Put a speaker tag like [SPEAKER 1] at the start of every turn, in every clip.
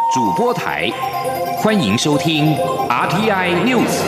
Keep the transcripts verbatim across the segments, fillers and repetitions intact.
[SPEAKER 1] 主播台，欢迎收听 R T I News。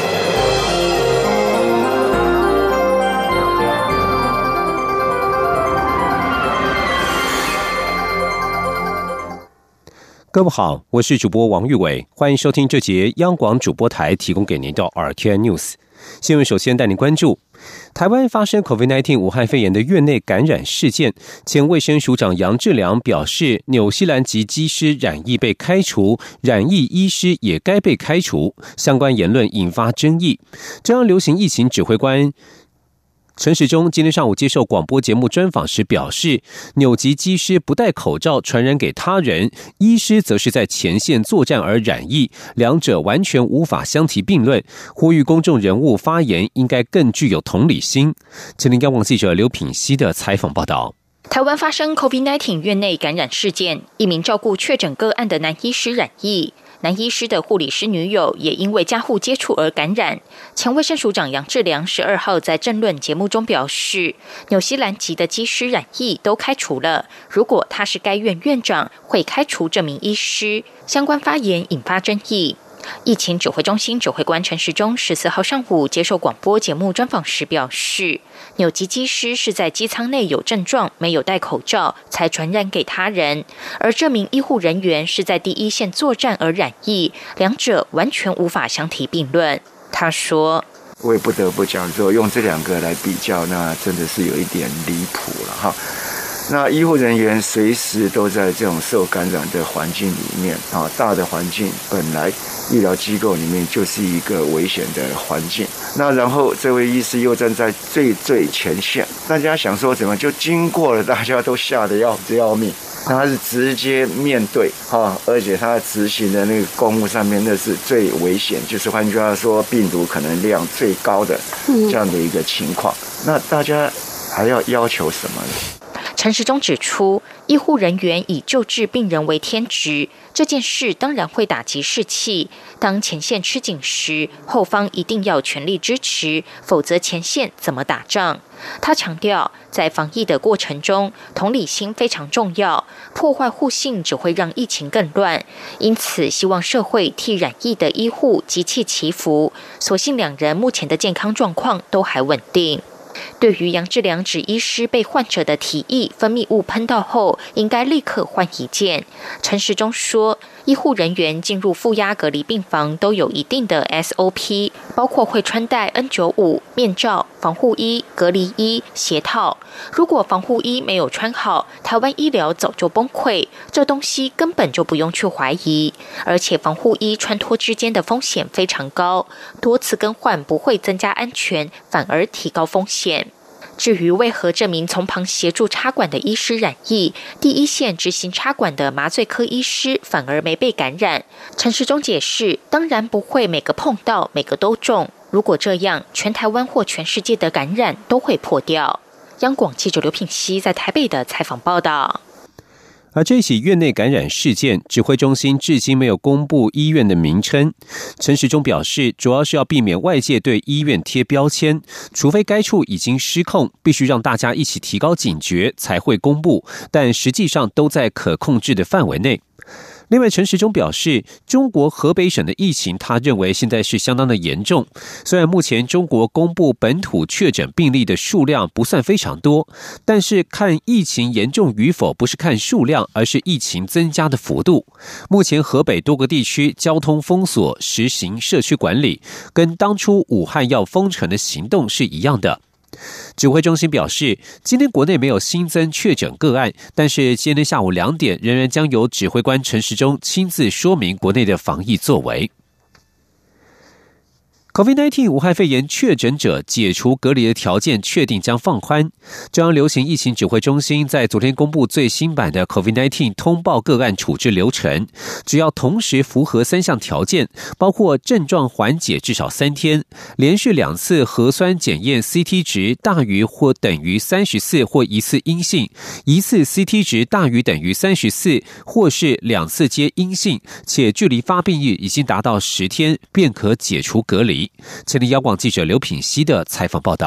[SPEAKER 2] 各位好，我是主播王玉伟，欢迎收听这节央广主播台提供给您的 R T I News 新闻。首先带您关注台湾发生 COVID 十九 武汉肺炎的院内感染事件，前卫生署长杨志良表示，纽西兰籍机师染疫被开除，染疫医师也该被开除，相关言论引发争议。中央流行疫情指挥官陈时中今天上午接受广播节目专访时表示，纽籍机师不戴口罩传染给他人，医师则是在前线作战而染疫，两者完全无法相提并论，呼吁公众人物发言应该更具有同理心。前央广记者刘品希的采访报道。
[SPEAKER 3] 台湾发生 COVID 十九 院内感染事件，一名照顾确诊个案的男医师染疫，男医师的护理师女友也因为家户接触而感染。前卫生署长杨志良十二号在政论节目中表示，纽西兰籍的机师染疫都开除了，如果他是该院院长，会开除这名医师。相关发言引发争议。疫情指挥中心指挥官陈时中十四号上午接受广播节目专访时表示，纽籍机师是在机舱内有症状，没有戴口罩，才传染给他人，而这名医护人员是在第一线作战而染疫，两者完全无法相提并论。他说，
[SPEAKER 4] 我也不得不讲说，用这两个来比较，那真的是有一点离谱了哈。那医护人员随时都在这种受感染的环境里面啊，大的环境本来医疗机构里面就是一个危险的环境，那然后这位医师又站在最最前线，大家想说怎么就经过了，大家都吓得要死要命。他是直接面对哈，而且他执行的那个公务上面那是最危险，就是换句话说，病毒可能量最高的这样的一个情况。那大家还要要求什么呢？
[SPEAKER 3] 陈时中指出，医护人员以救治病人为天职，这件事当然会打击士气。当前线吃紧时，后方一定要全力支持，否则前线怎么打仗？他强调，在防疫的过程中，同理心非常重要，破坏互信只会让疫情更乱。因此，希望社会替染疫的医护集气祈福。所幸两人目前的健康状况都还稳定。对于杨志良指医师被患者的体液分泌物喷到后，应该立刻换一件。陈时中说，医护人员进入负压隔离病房都有一定的 S O P， 包括会穿戴 N 九十五、面罩、防护衣、隔离衣、鞋套。如果防护衣没有穿好，台湾医疗早就崩溃，这东西根本就不用去怀疑。而且防护衣穿脱之间的风险非常高，多次更换不会增加安全，反而提高风险。至于为何这名从旁协助插管的医师染疫，第一线执行插管的麻醉科医师反而没被感染，陈时中解释，当然不会每个碰到每个都中，如果这样，全台湾或全世界的感染都会破掉。央广记者刘品希在台北的采访报道。
[SPEAKER 2] 而这起院内感染事件，指挥中心至今没有公布医院的名称。陈时中表示，主要是要避免外界对医院贴标签，除非该处已经失控，必须让大家一起提高警觉才会公布，但实际上都在可控制的范围内。另外，陈时中表示，中国河北省的疫情，他认为现在是相当的严重。虽然目前中国公布本土确诊病例的数量不算非常多，但是看疫情严重与否，不是看数量，而是疫情增加的幅度。目前河北多个地区交通封锁，实行社区管理，跟当初武汉要封城的行动是一样的。指挥中心表示，今天国内没有新增确诊个案，但是今天下午两点仍然将由指挥官陈时中亲自说明国内的防疫作为。COVID 十九 武汉肺炎确诊者解除隔离的条件确定将放宽。中央流行疫情指挥中心在昨天公布最新版的 COVID 十九 通报个案处置流程，只要同时符合三项条件，包括症状缓解至少三天，连续两次核酸检验 C T 值大于或等于三十四或一次阴性，一次 C T 值大于等于三十四或是两次皆阴性，且距离发病日已经达到十天，便可解除隔离。前天央广记者刘品希的采访报道。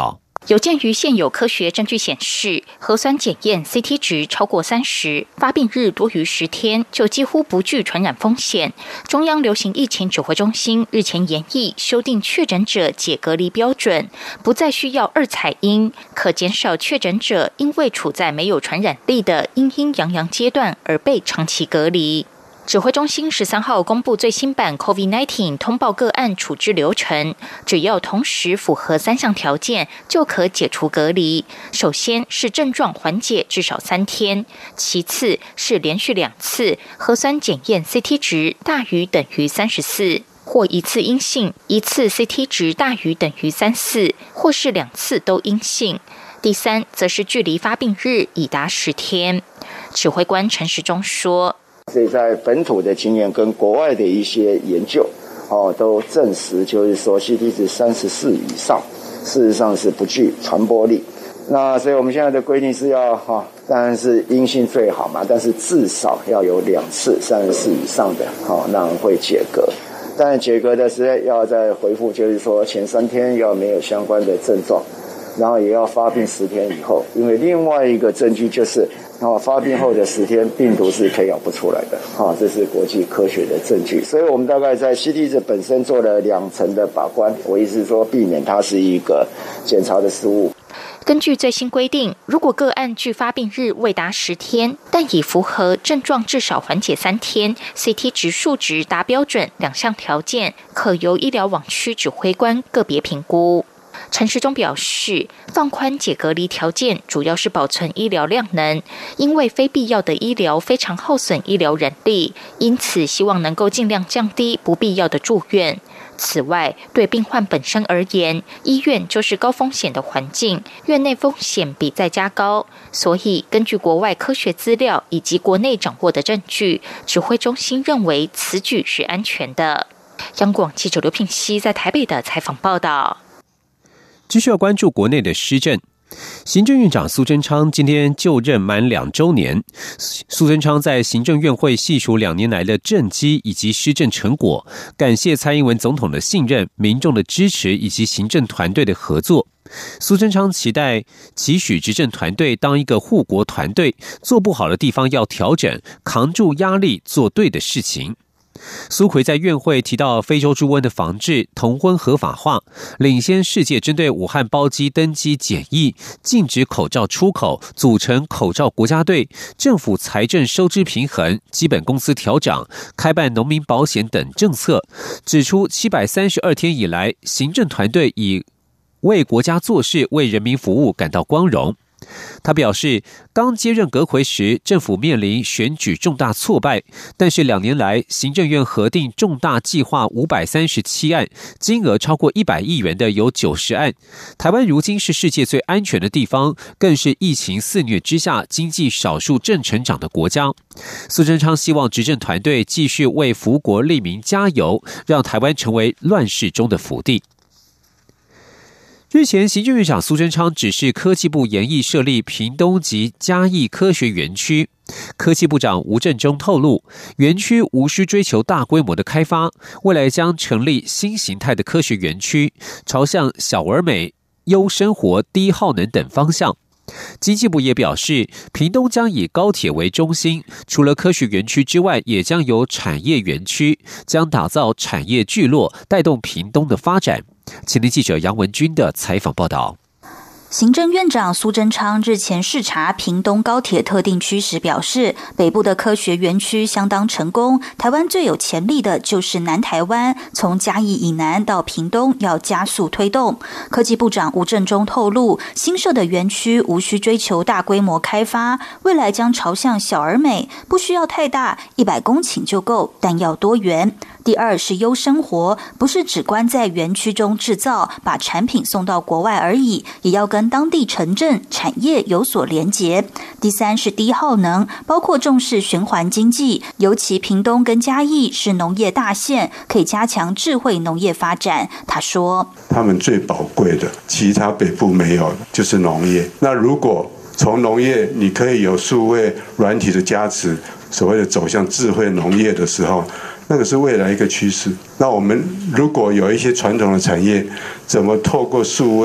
[SPEAKER 3] 有鉴于现有科学证据显示，核酸检验 C T 值超过三十，发病日多于十天，就几乎不具传染风险。中央流行疫情指挥中心日前研议修订确诊者解隔离标准，不再需要二采阴，可减少确诊者因为处在没有传染力的阴阴阳阳阶段而被长期隔离。指挥中心十三号公布最新版 COVID 十九 通报个案处置流程，只要同时符合三项条件，就可解除隔离。首先是症状缓解至少三天，其次是连续两次核酸检验 C T 值大于等于三十四，或一次阴性，一次 C T 值大于等于三十四，或是两次都阴性。第三，则是距离发病日已达十天。指挥官陈时中说，
[SPEAKER 4] 所以在本土的经验跟国外的一些研究，哦，都证实，就是说 C T 值三十四以上，事实上是不具传播力。那所以我们现在的规定是要哈、哦，当然是阴性最好嘛，但是至少要有两次三十四以上的，哦，那会解隔。但解隔的时候要再回复，就是说前三天要没有相关的症状，然后也要发病十天以后，因为另外一个证据就是。哦，发病后的十天，病毒是培养不出来的，哈，这是国际科学的证据。所以我们大概在 C T 值本身做了两层的把关，我意思是说，避免它是一个检查的失误。
[SPEAKER 3] 根据最新规定，如果个案距发病日未达十天，但已符合症状至少缓解三天、C T 值数值达标准两项条件，可由医疗网区指挥官个别评估。陈时中表示，放宽解隔离条件主要是保存医疗量能，因为非必要的医疗非常耗损医疗人力，因此希望能够尽量降低不必要的住院。此外，对病患本身而言，医院就是高风险的环境，院内风险比在家高，所以根据国外科学资料以及国内掌握的证据，指挥中心认为此举是安全的。央广记者刘聘熙在台北的采访报道。
[SPEAKER 2] 继续要关注国内的施政。行政院长苏贞昌今天就任满两周年，苏贞昌在行政院会细数两年来的政绩以及施政成果，感谢蔡英文总统的信任、民众的支持以及行政团队的合作。苏贞昌期待期许执政团队当一个护国团队，做不好的地方要调整，扛住压力，做对的事情。苏揆在院会提到非洲猪瘟的防治、同婚合法化，领先世界针对武汉包机登机检疫、禁止口罩出口、组成口罩国家队、政府财政收支平衡、基本工资调涨、开办农民保险等政策，指出七百三十二天以来，行政团队以为国家做事、为人民服务感到光荣。他表示，刚接任阁揆时，政府面临选举重大挫败，但是两年来，行政院核定重大计划五百三十七案，金额超过一百亿元的有九十案。台湾如今是世界最安全的地方，更是疫情肆虐之下经济少数正成长的国家。苏贞昌希望执政团队继续为福国利民加油，让台湾成为乱世中的福地。日前，行政院长苏贞昌指示科技部研议设立屏东及嘉义科学园区。科技部长吴振中透露，园区无需追求大规模的开发，未来将成立新形态的科学园区，朝向小而美、优生活、低耗能等方向。经济部也表示，屏东将以高铁为中心，除了科学园区之外，也将有产业园区，将打造产业聚落，带动屏东的发展。前天记者杨文君的采访报道。
[SPEAKER 5] 行政院长苏贞昌日前视察屏东高铁特定区时表示，北部的科学园区相当成功，台湾最有潜力的就是南台湾，从嘉义以南到屏东要加速推动。科技部长吴振中透露，新设的园区无需追求大规模开发，未来将朝向小而美，不需要太大，一百公顷就够，但要多元。第二是优生活，不是只关在园区中制造，把产品送到国外而已，也要跟当地城镇产业有所连结。第三是低耗能，包括重视循环经济，尤其屏东跟嘉义是农业大县，可以加强智慧农业发展。他说，
[SPEAKER 6] 他们最宝贵的，其他北部没有的，就是农业。那如果从农业你可以有数位软体的加持，所谓的走向智慧农业的时候，那个是未来一个趋势。那我们如果有一些传统的产业，怎么透过数位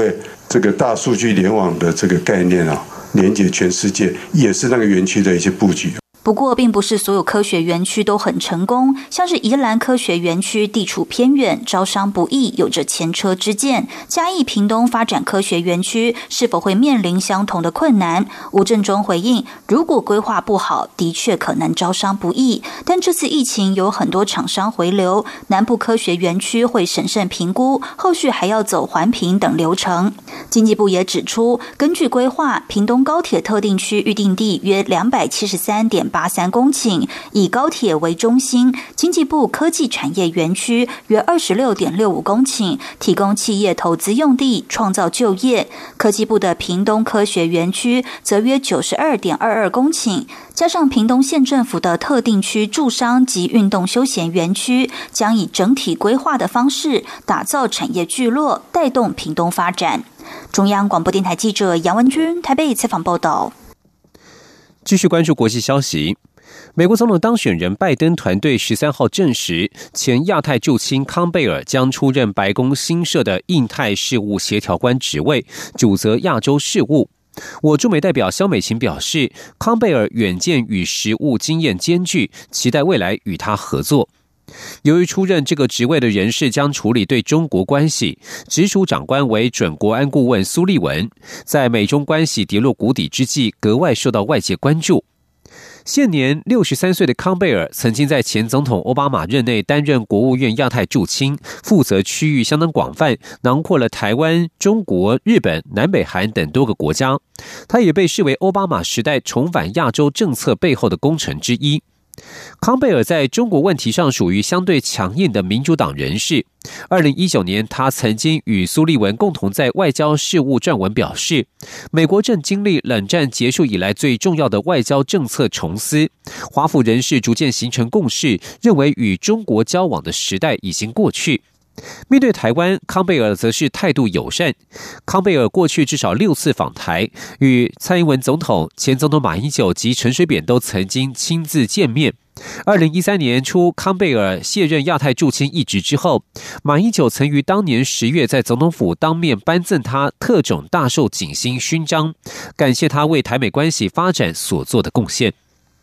[SPEAKER 6] 这个大数据联网的这个概念啊，连接全世界，也是那个园区的一些布局。
[SPEAKER 5] 不过，并不是所有科学园区都很成功，像是宜兰科学园区地处偏远，招商不易，有着前车之鉴。嘉义屏东发展科学园区是否会面临相同的困难？吴振中回应，如果规划不好，的确可能招商不易。但这次疫情有很多厂商回流，南部科学园区会审慎评估，后续还要走环评等流程。经济部也指出，根据规划，屏东高铁特定区预定地约两百七十三点八三公顷，以高铁为中心，经济部科技产业园区约二十六点六五公顷，提供企业投资用地，创造就业。科技部的屏东科学园区则约九十二点二二公顷，加上屏东县政府的特定区住商及运动休闲园区，将以整体规划的方式打造产业聚落，带动屏东发展。中央广播电台记者杨文君台北采访报道。
[SPEAKER 2] 继续关注国际消息。美国总统当选人拜登团队十三号证实，前亚太驻青康贝尔将出任白宫新设的印太事务协调官职位，主责亚洲事务。我驻美代表萧美琴表示，康贝尔远见与实务经验兼具，期待未来与他合作。由于出任这个职位的人士将处理对中国关系，直属长官为准国安顾问苏利文，在美中关系跌落谷底之际，格外受到外界关注。现年六十三岁的康贝尔曾经在前总统奥巴马任内担任国务院亚太驻青，负责区域相当广泛，囊括了台湾、中国、日本、南北韩等多个国家。他也被视为奥巴马时代重返亚洲政策背后的功臣之一。康贝尔在中国问题上属于相对强硬的民主党人士。二零一九年，他曾经与苏利文共同在外交事务撰文表示，美国正经历冷战结束以来最重要的外交政策重思，华府人士逐渐形成共识，认为与中国交往的时代已经过去。面对台湾，康贝尔则是态度友善。康贝尔过去至少六次访台，与蔡英文总统、前总统马英九及陈水扁都曾经亲自见面。二零一三年初，康贝尔卸任亚太驻青一职之后，马英九曾于当年十月在总统府当面颁赠他特种大绶锦星勋章，感谢他为台美关系发展所做的贡献。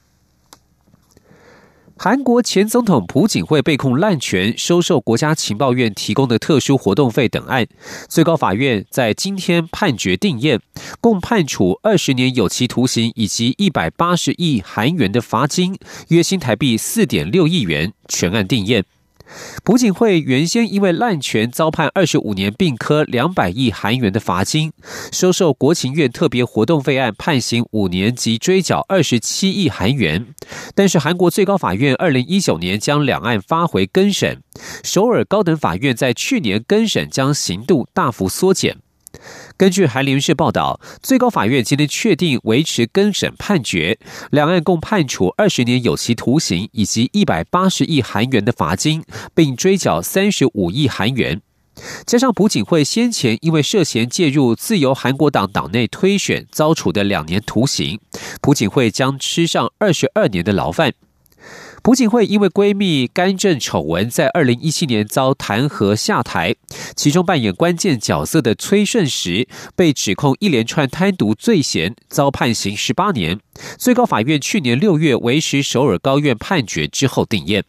[SPEAKER 2] 韩国前总统朴槿惠被控滥权、收受国家情报院提供的特殊活动费等案，最高法院在今天判决定谳，共判处二十年有期徒刑以及一百八十亿韩元的罚金，约新台币四点六亿元，全案定谳。朴槿惠原先因为滥权遭判二十五年，并科两百亿韩元的罚金，收受国情院特别活动费案判刑五年及追缴二十七亿韩元。但是韩国最高法院二零一九年将两案发回更审，首尔高等法院在去年更审将刑度大幅缩减。根据韩联社报道，最高法院今天确定维持更审判决，两案共判处二十年有期徒刑以及一百八十亿韩元的罚金，并追缴三十五亿韩元。加上朴槿惠先前因为涉嫌介入自由韩国党党内推选遭处的两年徒刑，朴槿惠将吃上二十二年的牢饭。朴槿惠因为闺蜜干政丑闻，在二零一七年遭弹劾下台，其中扮演关键角色的崔顺实被指控一连串贪渎罪嫌，遭判刑十八年。最高法院去年六月维持首尔高院判决之后定谳。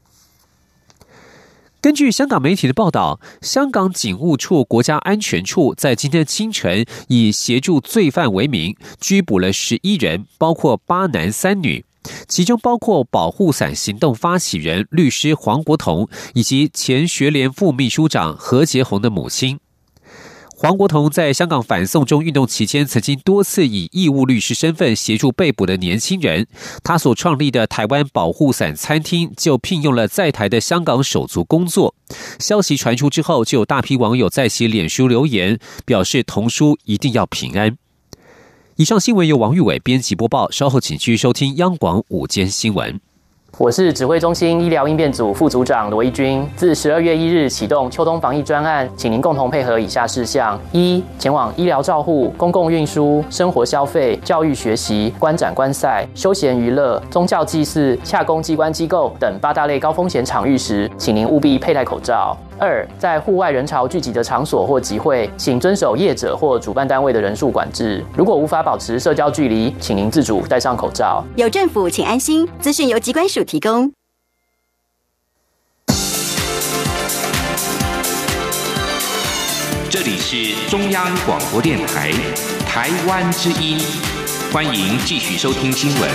[SPEAKER 2] 根据香港媒体的报道，香港警务处国家安全处在今天清晨以协助罪犯为名，拘捕了十一人，包括八男三女，其中包括保护伞行动发起人律师黄国同以及前学联副秘书长何洁红的母亲。黄国同在香港反送中运动期间，曾经多次以义务律师身份协助被捕的年轻人。他所创立的台湾保护伞餐厅就聘用了在台的香港手足工作。消息传出之后，就有大批网友在其脸书留言，表示同叔一定要平安。以上新闻由王玉伟编辑播报，稍后请继续收听央广午间新闻。
[SPEAKER 7] 我是指挥中心医疗应变组副组长罗一军。自十二月一日启动秋冬防疫专案，请您共同配合以下事项：一、前往医疗照护、公共运输、生活消费、教育学习、观展观赛、休闲娱乐、宗教祭祀、洽公机关机构等八大类高风险场域时，请您务必佩戴口罩。二、在户外人潮聚集的场所或集会，请遵守业者或主办单位的人数管制。如果无法保持社交距离，请您自主戴上口罩。
[SPEAKER 8] 有政府，请安心。资讯由疾管署提供。
[SPEAKER 1] 这里是中央广播电台台湾之音，欢迎继续收听新闻。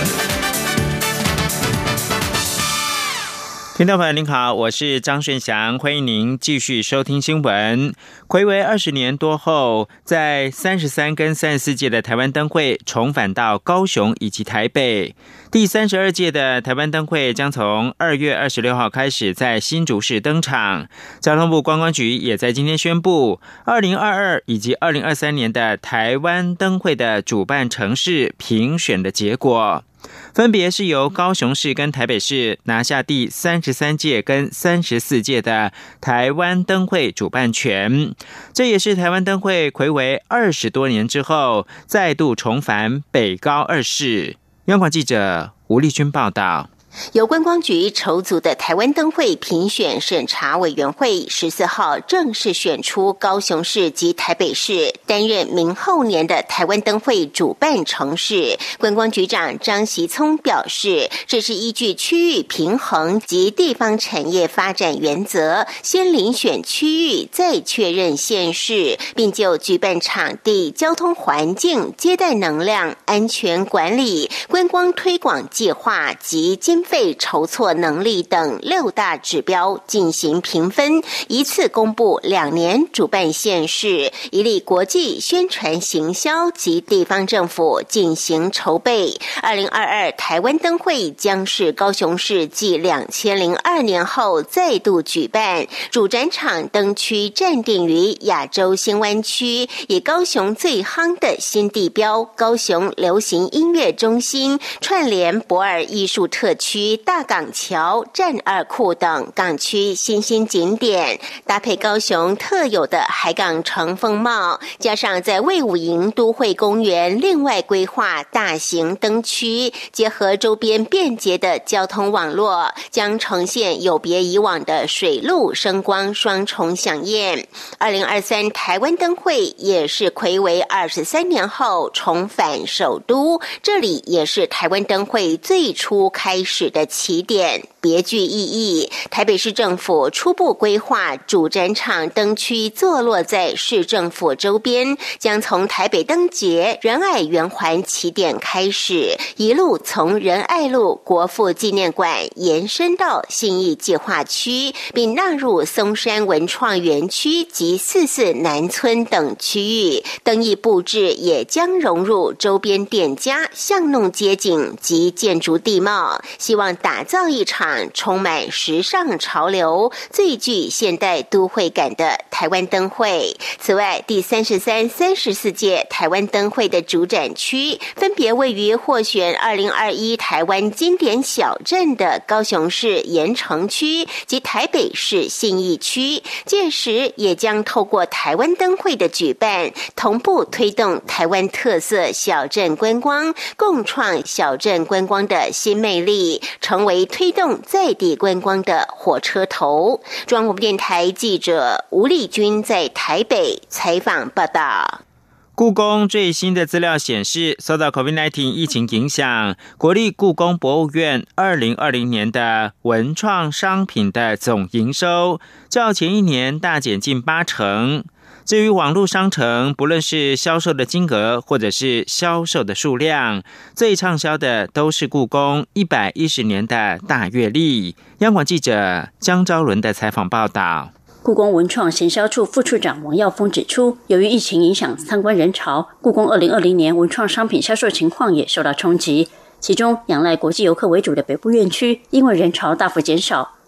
[SPEAKER 9] 听众朋友您好，我是张顺祥，欢迎您继续收听新闻。睽违二十年多后，在三十三跟三十四届的台湾灯会重返到高雄以及台北。第三十二届的台湾灯会将从二月二十六号开始在新竹市登场。交通部观光局也在今天宣布，二零二二以及二零二三年的台湾灯会的主办城市评选的结果。分别是由高雄市跟台北市拿下第三十三届跟三十四届的台湾灯会主办权，这也是台湾灯会睽违二十多年之后再度重返北高二市。央广记者吴丽君报道。
[SPEAKER 10] 由观光局筹组的台湾灯会评选审查委员会十四号正式选出高雄市及台北市担任明后年的台湾灯会主办城市。观光局长张习聪表示，这是依据区域平衡及地方产业发展原则，先遴选区域，再确认县市，并就举办场地、交通环境、接待能量、安全管理、观光推广计划及经费筹措能力等六大指标进行评分，一次公布两年主办县市，以利国际宣传行销及地方政府进行筹备。二零二二台湾灯会将是高雄市继两千零二年后再度举办，主展场灯区暂定于亚洲新湾区，以高雄最夯的新地标高雄流行音乐中心串联博尔艺术特区、大港桥、战二库等港区新兴景点，搭配高雄特有的海港城风貌，加上在卫武营都会公园另外规划大型灯区，结合周边便捷的交通网络，将呈现有别以往的水陆声光双重响宴。二零二三台湾灯会也是睽违二十三年后重返首都，这里也是台湾灯会最初开始的起点，别具意义。台北市政府初步规划主展场灯区坐落在市政府周边，将从台北灯节仁爱圆环起点开始，一路从仁爱路国父纪念馆延伸到信义计划区，并纳入松山文创园区及四四南村等区域。灯艺布置也将融入周边店家、巷弄街景及建筑地貌，希望打造一场充满时尚潮流、最具现代都会感的台湾灯会。此外，第三十三、三十四届台湾灯会的主展区分别位于获选二零二一台湾经典小镇的高雄市盐城区及台北市信义区，届时也将透过台湾灯会的举办，同步推动台湾特色小镇观光，共创小镇观光的新魅力，成为推动在地观光的火车头。中央广播电台记者吴丽君在台北采访报道。
[SPEAKER 9] 故宫最新的资料显示，受到 COVID 十九 疫情影响，国立故宫博物院二零二零年的文创商品的总营收较前一年大减近八成。至于网络商城，不论是销售的金额或者是销售的数量，最畅销的都是故宫一百一十年的大阅历。央广记者江昭伦的采访报道。
[SPEAKER 11] 故宫文创行销处副处长王耀峰指出，由于疫情影响参观人潮，故宫二零二零年文创商品销售情况也受到冲击。其中，仰赖国际游客为主的北部院区，因为人潮大幅减少，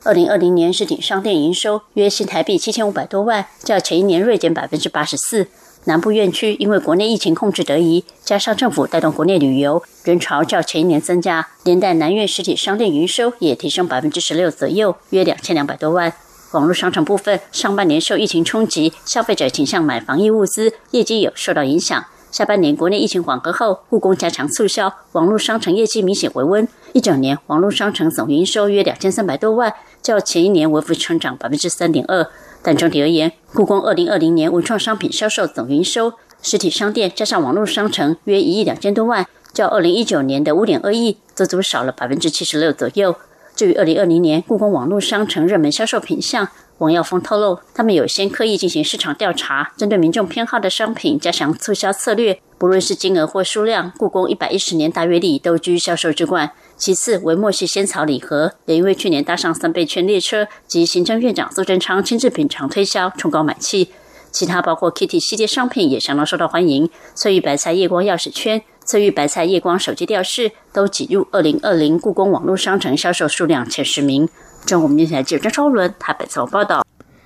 [SPEAKER 11] 二零二零年实体商店营收约新台币七千五百多万，较前一年锐减百分之八十四。南部院区因为国内疫情控制得宜，加上政府带动国内旅游，人潮较前一年增加，连带南院实体商店营收也提升百分之十六左右，约两千两百多万。网络商城部分，上半年受疫情冲击，消费者倾向买防疫物资，业绩有受到影响。下半年国内疫情缓和后，护工加强促销，网络商城业绩明显回温。一整年网络商城总营收约两千三百多万，较前一年微幅成长百分之三点二。但整体而言，故宫二零二零年文创商品销售总营收，实体商店加上网络商城约一亿两千多万，较二零一九年的五点二亿，足足少了百分之七十六左右。至于二零二零年故宫网络商城热门销售品项，王耀峰透露，他们有先刻意进行市场调查，针对民众偏好的商品加强促销策略，不论是金额或数量，故宫一百一十年大月历都居销售之冠。其次为墨系仙草礼盒，也因为去年搭上三倍券列车及行政院长苏贞昌亲自品尝推销，冲高买气。其他包括 Kitty 系列商品也相当受到欢迎，翠玉白菜夜光钥匙圈、翠玉白菜夜光手机吊饰都挤入二零二零故宫网络商城销售数量前十名。中国电视台记者张超伦台北采访报道。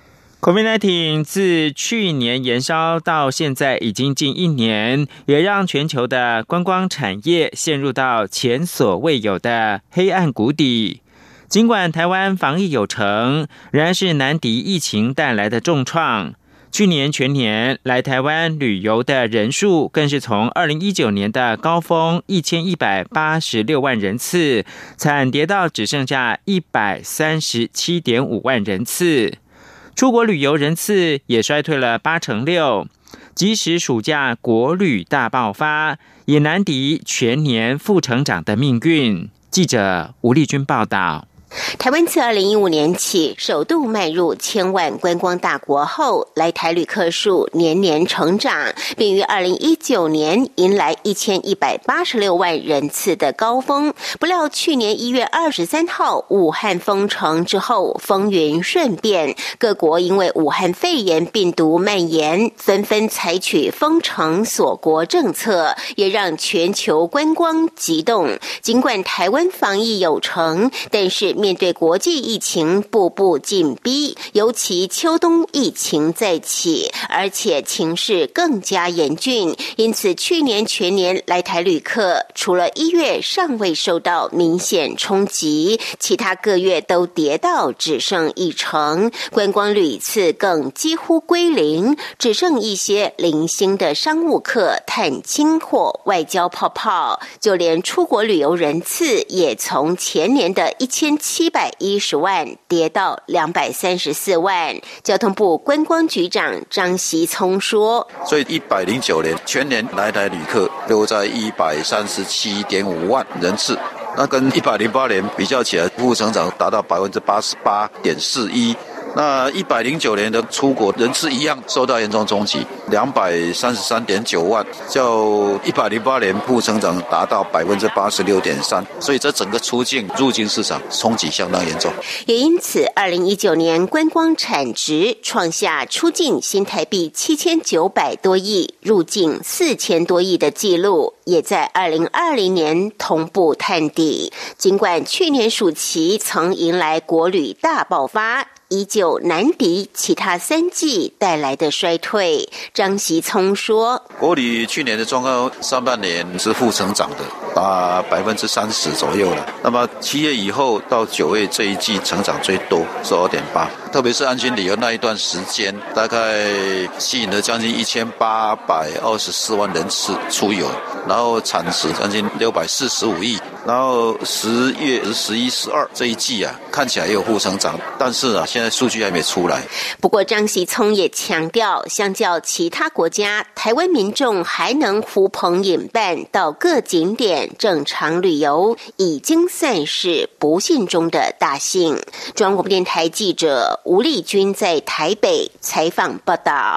[SPEAKER 9] COVID 十九 自去年延烧到现在已经近一年，也让全球的观光产业陷入到前所未有的黑暗谷底。尽管台湾防疫有成，仍然是难敌疫情带来的重创。去年全年来台湾旅游的人数更是从二零一九年的高峰一千一百八十六万人次，惨跌到只剩下一百三十七点五万人次。出国旅游人次也衰退了八成六，即使暑假国旅大爆发，也难敌全年负成长的命运。记者吴丽君报道。
[SPEAKER 10] 台湾自二零一五年起首度迈入千万观光大国后，来台旅客数年年成长，并于二零一九年迎来一千一百八十六万人次的高峰。不料去年一月二十三号武汉封城之后，风云瞬变，各国因为武汉肺炎病毒蔓延，纷纷采取封城锁国政策，也让全球观光急动。尽管台湾防疫有成，但是面对国际疫情步步紧逼，尤其秋冬疫情再起，而且情势更加严峻，因此去年全年来台旅客除了一月尚未受到明显冲击，其他各月都跌到只剩一成，观光旅次更几乎归零，只剩一些零星的商务客探亲或外交泡泡，就连出国旅游人次也从前年的一千七百一十万跌到两百三十四万。交通部观光局长张锡聪说，
[SPEAKER 12] 所以一百零九年全年来台旅客都在一百三十七点五万人次，那跟一百零八年比较起来，负成长达到百分之八十八点四一。那一百零九年的出国人次一样受到严重冲击，两百三十三点九万，较一百零八年负成长达到百分之八十六点三，所以这整个出境入境市场冲击相当严重。
[SPEAKER 10] 也因此，二零一九年观光产值创下出境新台币七千九百多亿、入境四千多亿的纪录，也在二零二零年同步探底。尽管去年暑期曾迎来国旅大爆发，依旧难敌其他三季带来的衰退。张锡聪说，
[SPEAKER 12] 国旅去年的状况上半年是负成长的，达百分之三十左右了。那么七月以后到九月这一季成长最多，是二点八。特别是安心旅游那一段时间，大概吸引了将近一千八百二十四万人次出游，然后产值将近六百四十五亿。然后十月、十一、十二这一季啊，看起来也有负成长，但是啊，现在数据还没出来。
[SPEAKER 10] 不过张锡聪也强调，相较其他国家，台湾民众还能呼朋引伴到各景点正常旅游，已经算是不幸中的大幸。中央广播电台记者吴丽君在台北采访报道。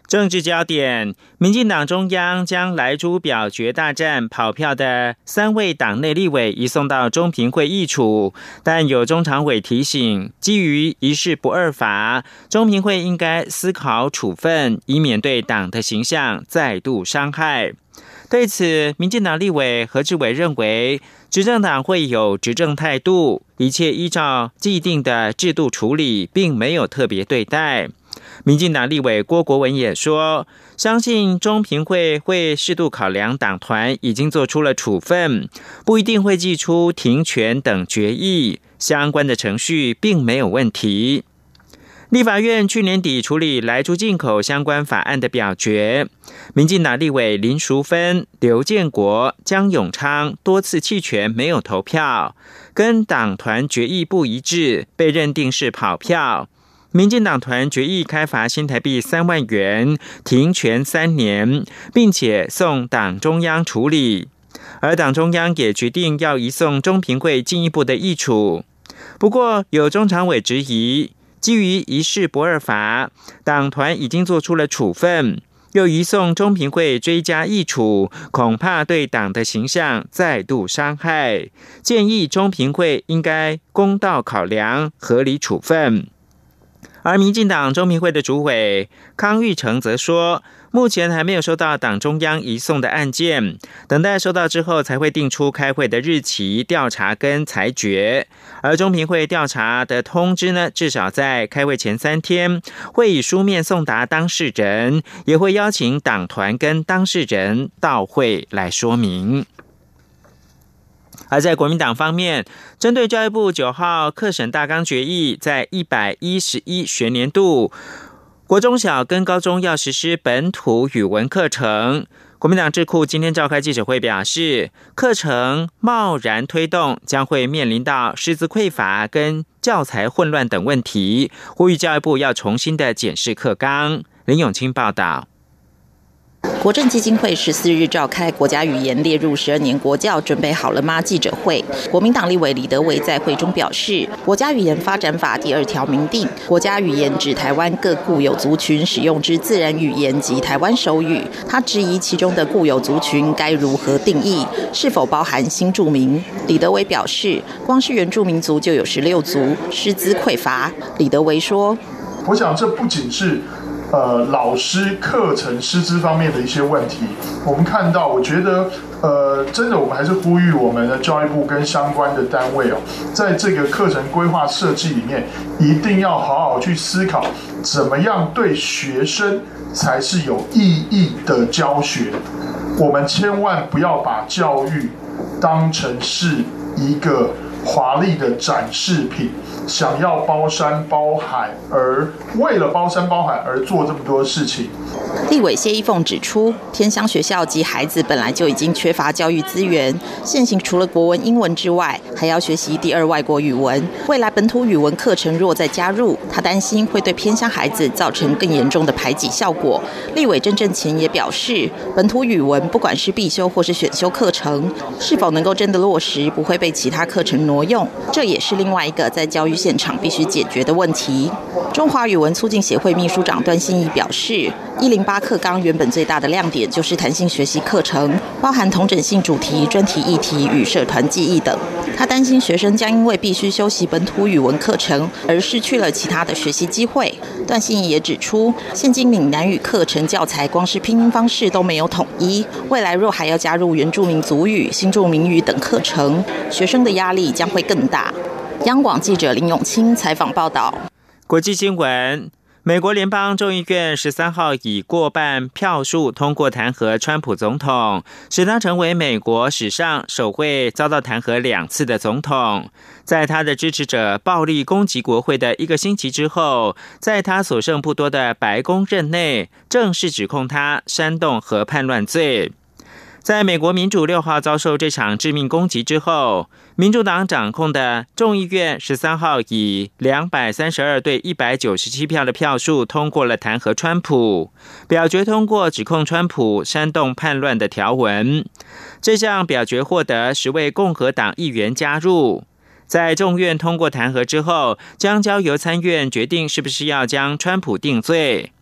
[SPEAKER 9] 政治焦点，民进党中央将莱猪表决大战跑票的三位党内立委移送到中评会议处，但有中常委提醒，基于一事不二法，中评会应该思考处分，以免对党的形象再度伤害。对此，民进党立委何志伟认为，执政党会有执政态度，一切依照既定的制度处理，并没有特别对待。民进党立委郭国文也说，相信中评会会适度考量党团已经做出了处分，不一定会祭出停权等决议，相关的程序并没有问题。立法院去年底处理莱猪进口相关法案的表决，民进党立委林淑芬、刘建国、江永昌多次弃权没有投票，跟党团决议不一致，被认定是跑票。民进党团决议开罚新台币三万元，停权三年，并且送党中央处理，而党中央也决定要移送中评会进一步的议处。不过，有中常委质疑，基于一事不二法，党团已经做出了处分，又移送中评会追加议处，恐怕对党的形象再度伤害，建议中评会应该公道考量，合理处分。而民进党中评会的主委康裕成则说，目前还没有收到党中央移送的案件，等待收到之后才会定出开会的日期、调查跟裁决。而中评会调查的通知呢，至少在开会前三天会以书面送达当事人，也会邀请党团跟当事人到会来说明。而在国民党方面，针对教育部九号课程大纲决议，在一百一十一学年度国中小跟高中要实施本土语文课程，国民党智库今天召开记者会表示，课程贸然推动将会面临到师资匮乏跟教材混乱等问题，呼吁教育部要重新的检视课纲。林永清报道。
[SPEAKER 13] 国政基金会十四日召开国家语言列入十二年国教准备好了吗记者会，国民党立委李德维在会中表示，国家语言发展法第二条明定，国家语言指台湾各固有族群使用之自然语言及台湾手语。他质疑其中的固有族群该如何定义，是否包含新住民。李德维表示，光是原住民族就有十六族，师资匮乏。李德维说，
[SPEAKER 14] 我想这不仅是呃，老师课程师资方面的一些问题，我们看到，我觉得，呃，真的，我们还是呼吁我们的教育部跟相关的单位哦，在这个课程规划设计里面，一定要好好去思考，怎么样对学生才是有意义的教学。我们千万不要把教育当成是一个华丽的展示品，想要包山包海，而为了包山包海而做这么多事情。
[SPEAKER 13] 立委谢依凤指出，偏乡学校及孩子本来就已经缺乏教育资源，现行除了国文、英文之外，还要学习第二外国语文。未来本土语文课程若再加入，他担心会对偏乡孩子造成更严重的排挤效果。立委郑正前也表示，本土语文不管是必修或是选修课程，是否能够真的落实，不会被其他课程挪用，这也是另外一个在教育现场必须解决的问题。中华语文促进协会秘书长段信义表示，一零八课纲原本最大的亮点就是弹性学习课程，包含同整性主题、专题议题与社团记忆等。他担心学生将因为必须修习本土语文课程而失去了其他的学习机会。段信义也指出，现今闽南语课程教材光是拼音方式都没有统一，未来若还要加入原住民族语、新住民语等课程，学生的压力将会更大。央广记者林永清采访报道。
[SPEAKER 9] 国际新闻，美国联邦众议院十三号以过半票数通过弹劾川普总统，使他成为美国史上首位遭到弹劾两次的总统。在他的支持者暴力攻击国会的一个星期之后，在他所剩不多的白宫任内，正式指控他煽动和叛乱罪。在美国民主六号遭受这场致命攻击之后，民主党掌控的众议院十三号以两百三十二对一百九十七票的票数通过了弹劾川普，表决通过指控川普煽动叛乱的条文。这项表决获得十位共和党议员加入。在众院通过弹劾之后，将交由参院决定是不是要将川普定罪。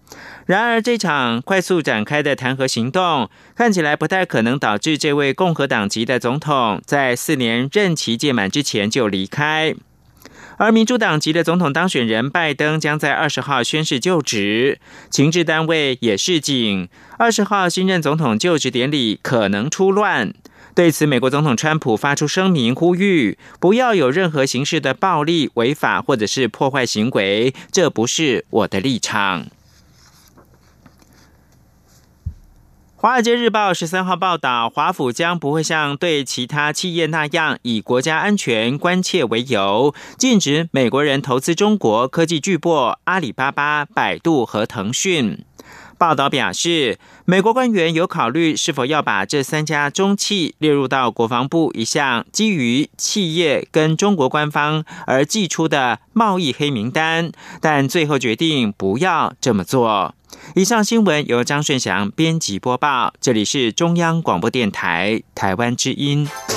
[SPEAKER 9] 然而，这场快速展开的弹劾行动看起来不太可能导致这位共和党籍的总统在四年任期届满之前就离开。而民主党籍的总统当选人拜登将在二十号宣誓就职，情治单位也示警，二十号新任总统就职典礼可能出乱。对此，美国总统川普发出声明，呼吁不要有任何形式的暴力、违法或者是破坏行为，这不是我的立场。华尔街日报十三号报道，华府将不会像对其他企业那样，以国家安全关切为由，禁止美国人投资中国科技巨擘阿里巴巴、百度和腾讯。报道表示，美国官员有考虑是否要把这三家中企列入到国防部一项基于企业跟中国官方而寄出的贸易黑名单，但最后决定不要这么做。以上新闻由张顺祥编辑播报，这里是中央广播电台台湾之音。